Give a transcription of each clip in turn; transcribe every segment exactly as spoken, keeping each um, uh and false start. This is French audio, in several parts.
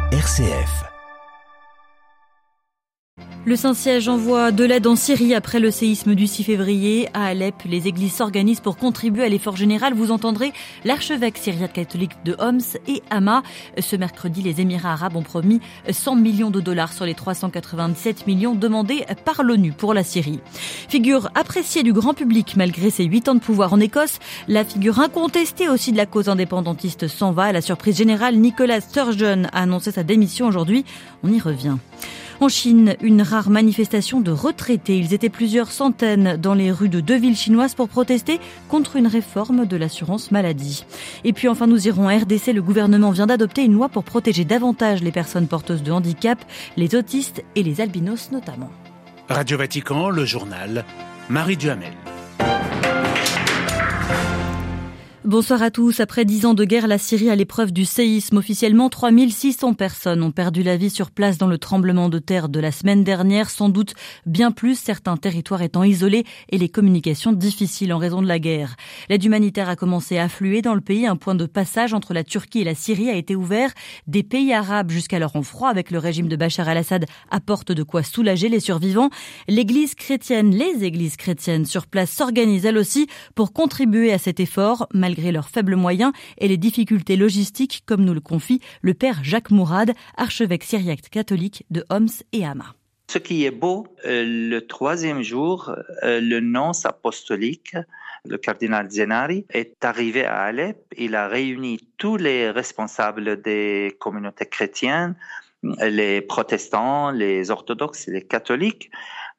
R C F. Le Saint-Siège envoie de l'aide en Syrie après le séisme du six février. À Alep, les églises s'organisent pour contribuer à l'effort général. Vous entendrez l'archevêque syriaque catholique de Homs et Hama. Ce mercredi, les Émirats arabes ont promis cent millions de dollars sur les trois cent quatre-vingt-dix-sept millions demandés par l'ONU pour la Syrie. Figure appréciée du grand public malgré ses huit ans de pouvoir en Écosse, la figure incontestée aussi de la cause indépendantiste s'en va. À la surprise générale, Nicola Sturgeon a annoncé sa démission aujourd'hui. On y revient. En Chine, une rare manifestation de retraités. Ils étaient plusieurs centaines dans les rues de deux villes chinoises pour protester contre une réforme de l'assurance maladie. Et puis enfin, nous irons à R D C. Le gouvernement vient d'adopter une loi pour protéger davantage les personnes porteuses de handicap, les autistes et les albinos notamment. Radio Vatican, le journal, Marie Duhamel. Bonsoir à tous. Après dix ans de guerre, la Syrie à l'épreuve du séisme. Officiellement, trois mille six cents personnes ont perdu la vie sur place dans le tremblement de terre de la semaine dernière. Sans doute bien plus, certains territoires étant isolés et les communications difficiles en raison de la guerre. L'aide humanitaire a commencé à affluer dans le pays. Un point de passage entre la Turquie et la Syrie a été ouvert. Des pays arabes jusqu'alors en froid avec le régime de Bachar el-Assad apportent de quoi soulager les survivants. L'église chrétienne, les églises chrétiennes sur place s'organisent elles aussi pour contribuer à cet effort, malgré malgré leurs faibles moyens et les difficultés logistiques, comme nous le confie le père Jacques Mourad, archevêque syriaque catholique de Homs et Hama. Ce qui est beau, euh, le troisième jour, euh, le nonce apostolique, le cardinal Zenari, est arrivé à Alep. Il a réuni tous les responsables des communautés chrétiennes, les protestants, les orthodoxes et les catholiques.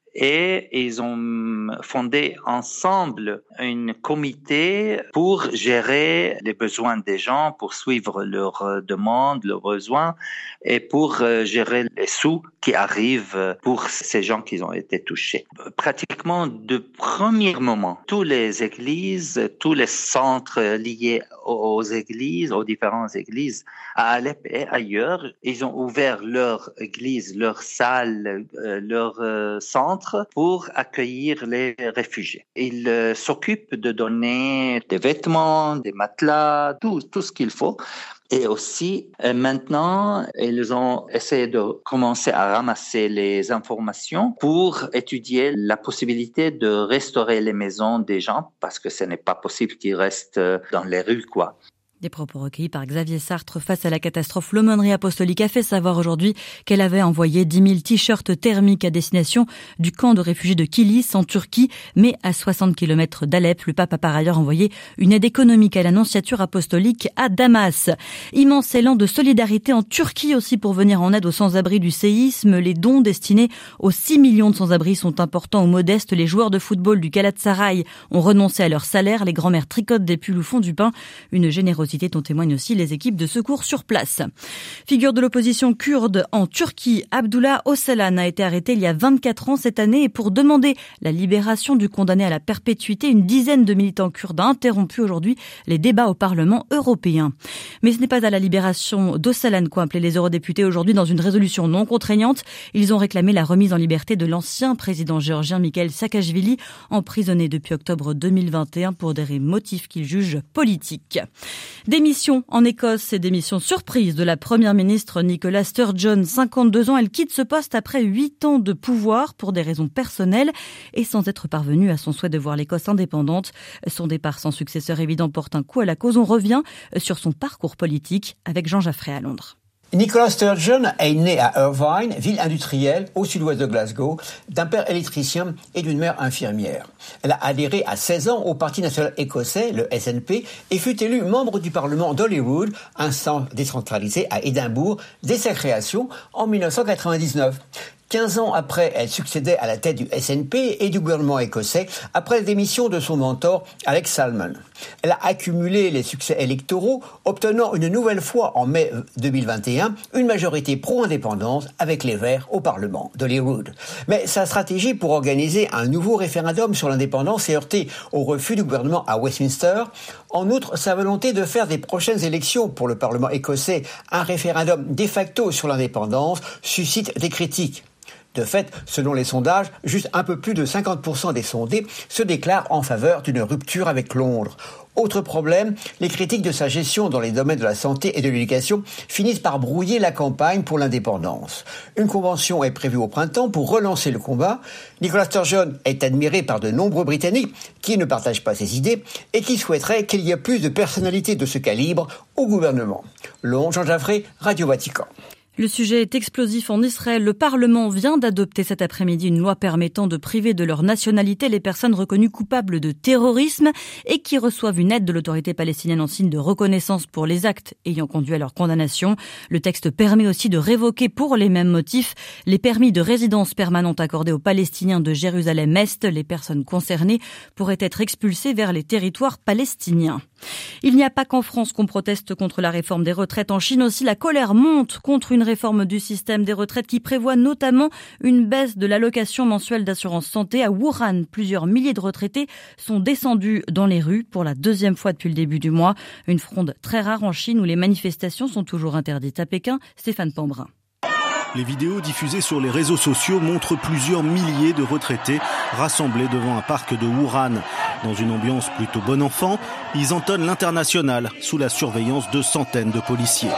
Et ils ont fondé ensemble un comité pour gérer les besoins des gens, pour suivre leurs demandes, leurs besoins et pour gérer les sous qui arrivent pour ces gens qui ont été touchés. Pratiquement de premier moment, toutes les églises, tous les centres liés aux églises, aux différentes églises à Alep et ailleurs, ils ont ouvert leurs églises, leurs salles, leurs centres pour accueillir les réfugiés. Ils euh, s'occupent de donner des vêtements, des matelas, tout, tout ce qu'il faut. Et aussi, euh, maintenant, ils ont essayé de commencer à ramasser les informations pour étudier la possibilité de restaurer les maisons des gens parce que ce n'est pas possible qu'ils restent dans les rues, quoi. Des propos recueillis par Xavier Sartre face à la catastrophe. L'aumônerie apostolique a fait savoir aujourd'hui qu'elle avait envoyé dix mille t-shirts thermiques à destination du camp de réfugiés de Kilis en Turquie, mais à soixante kilomètres d'Alep. Le pape a par ailleurs envoyé une aide économique à l'annonciature apostolique à Damas. Immense élan de solidarité en Turquie aussi pour venir en aide aux sans-abri du séisme. Les dons destinés aux six millions de sans-abri sont importants ou modestes. Les joueurs de football du Galatasaray ont renoncé à leur salaire. Les grand-mères tricotent des pulls ou font du pain. Une générosité dont témoignent aussi les équipes de secours sur place. Figure de l'opposition kurde en Turquie, Abdullah Öcalan a été arrêté il y a vingt-quatre ans cette année et pour demander la libération du condamné à la perpétuité, une dizaine de militants kurdes a interrompu aujourd'hui les débats au Parlement européen. Mais ce n'est pas à la libération d'Öcalan qu'ont appelé les eurodéputés aujourd'hui dans une résolution non contraignante. Ils ont réclamé la remise en liberté de l'ancien président géorgien Mikhail Saakashvili, emprisonné depuis octobre deux mille vingt et un pour des motifs qu'ils jugent politiques. Démission en Écosse et démission surprise de la première ministre Nicola Sturgeon, cinquante-deux ans. Elle quitte ce poste après huit ans de pouvoir pour des raisons personnelles et sans être parvenue à son souhait de voir l'Écosse indépendante. Son départ sans successeur évident porte un coup à la cause. On revient sur son parcours politique avec Jean Jaffray à Londres. Nicola Sturgeon est née à Irvine, ville industrielle au sud-ouest de Glasgow, d'un père électricien et d'une mère infirmière. Elle a adhéré à seize ans au Parti national écossais, le S N P, et fut élue membre du Parlement d'Holyrood, un centre décentralisé à Édimbourg, dès sa création en dix-neuf cent quatre-vingt-dix-neuf. Quinze ans après, elle succédait à la tête du S N P et du gouvernement écossais après la démission de son mentor, Alex Salmond. Elle a accumulé les succès électoraux, obtenant une nouvelle fois en mai deux mille vingt et un une majorité pro-indépendance avec les Verts au Parlement d'Holyrood. Mais sa stratégie pour organiser un nouveau référendum sur l'indépendance s'est heurtée au refus du gouvernement à Westminster. En outre, sa volonté de faire des prochaines élections pour le Parlement écossais un référendum de facto sur l'indépendance suscite des critiques. De fait, selon les sondages, juste un peu plus de cinquante pour cent des sondés se déclarent en faveur d'une rupture avec Londres. Autre problème, les critiques de sa gestion dans les domaines de la santé et de l'éducation finissent par brouiller la campagne pour l'indépendance. Une convention est prévue au printemps pour relancer le combat. Nicola Sturgeon est admiré par de nombreux Britanniques qui ne partagent pas ses idées et qui souhaiteraient qu'il y ait plus de personnalités de ce calibre au gouvernement. Londres, Jean Jaffré, Radio Vatican. Le sujet est explosif en Israël. Le Parlement vient d'adopter cet après-midi une loi permettant de priver de leur nationalité les personnes reconnues coupables de terrorisme et qui reçoivent une aide de l'autorité palestinienne en signe de reconnaissance pour les actes ayant conduit à leur condamnation. Le texte permet aussi de révoquer pour les mêmes motifs les permis de résidence permanente accordés aux Palestiniens de Jérusalem-Est. Les personnes concernées pourraient être expulsées vers les territoires palestiniens. Il n'y a pas qu'en France qu'on proteste contre la réforme des retraites. En Chine aussi, la colère monte contre une réforme du système des retraites qui prévoit notamment une baisse de l'allocation mensuelle d'assurance santé. À Wuhan, plusieurs milliers de retraités sont descendus dans les rues pour la deuxième fois depuis le début du mois. Une fronde très rare en Chine où les manifestations sont toujours interdites. À Pékin, Stéphane Pambrin. Les vidéos diffusées sur les réseaux sociaux montrent plusieurs milliers de retraités rassemblés devant un parc de Wuhan. Dans une ambiance plutôt bon enfant, ils entonnent l'international sous la surveillance de centaines de policiers.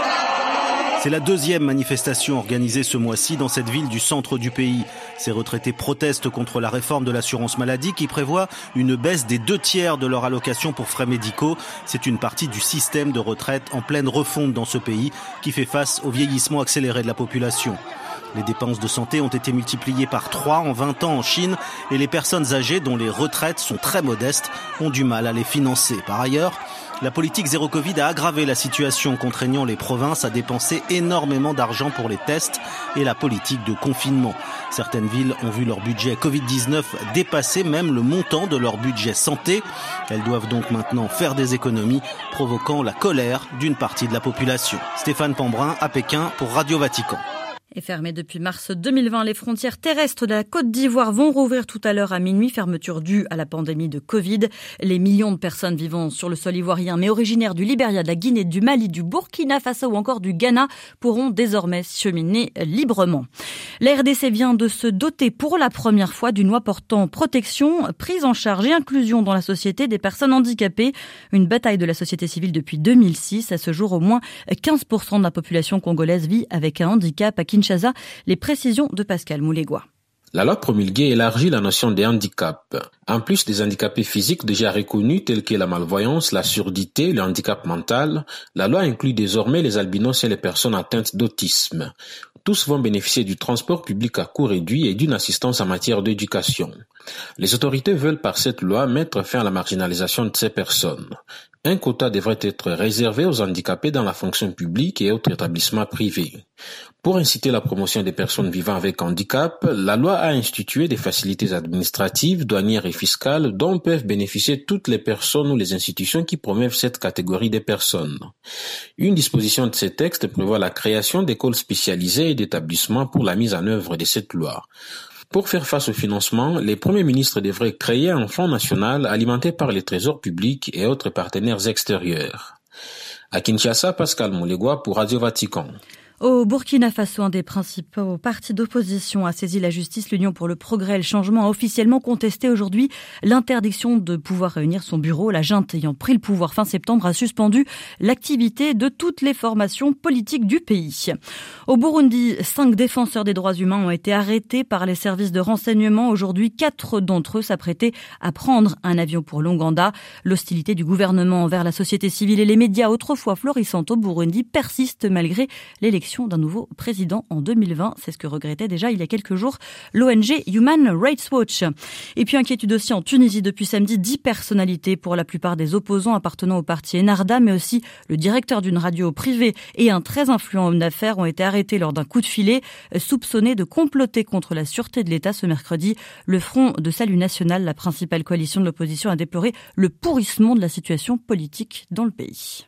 C'est la deuxième manifestation organisée ce mois-ci dans cette ville du centre du pays. Ces retraités protestent contre la réforme de l'assurance maladie qui prévoit une baisse des deux tiers de leur allocation pour frais médicaux. C'est une partie du système de retraite en pleine refonte dans ce pays qui fait face au vieillissement accéléré de la population. Les dépenses de santé ont été multipliées par trois en vingt ans en Chine et les personnes âgées dont les retraites sont très modestes ont du mal à les financer. Par ailleurs, la politique zéro Covid a aggravé la situation, contraignant les provinces à dépenser énormément d'argent pour les tests et la politique de confinement. Certaines villes ont vu leur budget covid dix-neuf dépasser même le montant de leur budget santé. Elles doivent donc maintenant faire des économies, provoquant la colère d'une partie de la population. Stéphane Pambrin à Pékin pour Radio Vatican. Et fermées depuis mars deux mille vingt, les frontières terrestres de la Côte d'Ivoire vont rouvrir tout à l'heure à minuit, fermeture due à la pandémie de Covid. Les millions de personnes vivant sur le sol ivoirien, mais originaires du Libéria, de la Guinée, du Mali, du Burkina Faso ou encore du Ghana, pourront désormais cheminer librement. La R D C vient de se doter pour la première fois d'une loi portant protection, prise en charge et inclusion dans la société des personnes handicapées. Une bataille de la société civile depuis deux mille six. À ce jour, au moins quinze pour cent de la population congolaise vit avec un handicap. À Kinshasa, les précisions de Pascal Moulégois. La loi promulguée élargit la notion des handicaps. En plus des handicapés physiques déjà reconnus tels que la malvoyance, la surdité, le handicap mental, la loi inclut désormais les albinos et les personnes atteintes d'autisme. Tous vont bénéficier du transport public à coût réduit et d'une assistance en matière d'éducation. Les autorités veulent par cette loi mettre fin à la marginalisation de ces personnes. Un quota devrait être réservé aux handicapés dans la fonction publique et autres établissements privés. Pour inciter la promotion des personnes vivant avec handicap, la loi a institué des facilités administratives, douanières et fiscales dont peuvent bénéficier toutes les personnes ou les institutions qui promeuvent cette catégorie de personnes. Une disposition de ces textes prévoit la création d'écoles spécialisées et d'établissements pour la mise en œuvre de cette loi. Pour faire face au financement, les premiers ministres devraient créer un fonds national alimenté par les trésors publics et autres partenaires extérieurs. À Kinshasa, Pascal Moulégois pour Radio Vatican. Au Burkina Faso, un des principaux partis d'opposition a saisi la justice. L'Union pour le progrès et le changement a officiellement contesté aujourd'hui l'interdiction de pouvoir réunir son bureau. La junte ayant pris le pouvoir fin septembre a suspendu l'activité de toutes les formations politiques du pays. Au Burundi, cinq défenseurs des droits humains ont été arrêtés par les services de renseignement. Aujourd'hui, quatre d'entre eux s'apprêtaient à prendre un avion pour l'Ouganda. L'hostilité du gouvernement envers la société civile et les médias, autrefois florissants au Burundi, persiste malgré l'élection d'un nouveau président en deux mille vingt. C'est ce que regrettait déjà il y a quelques jours l'O N G Human Rights Watch. Et puis inquiétude aussi en Tunisie depuis samedi, dix personnalités, pour la plupart des opposants appartenant au parti Ennahda, mais aussi le directeur d'une radio privée et un très influent homme d'affaires ont été arrêtés lors d'un coup de filet, soupçonnés de comploter contre la sûreté de l'État ce mercredi. Le Front de Salut National, la principale coalition de l'opposition, a déploré le pourrissement de la situation politique dans le pays.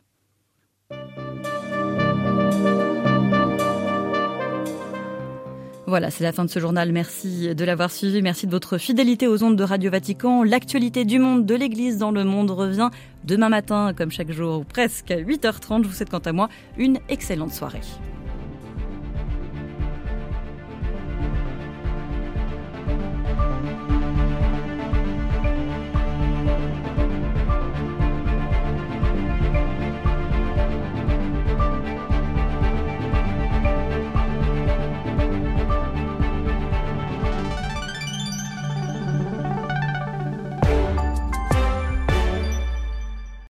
Voilà, c'est la fin de ce journal. Merci de l'avoir suivi. Merci de votre fidélité aux ondes de Radio Vatican. L'actualité du monde, de l'Église dans le monde revient demain matin, comme chaque jour, presque à huit heures trente. Je vous souhaite quant à moi une excellente soirée.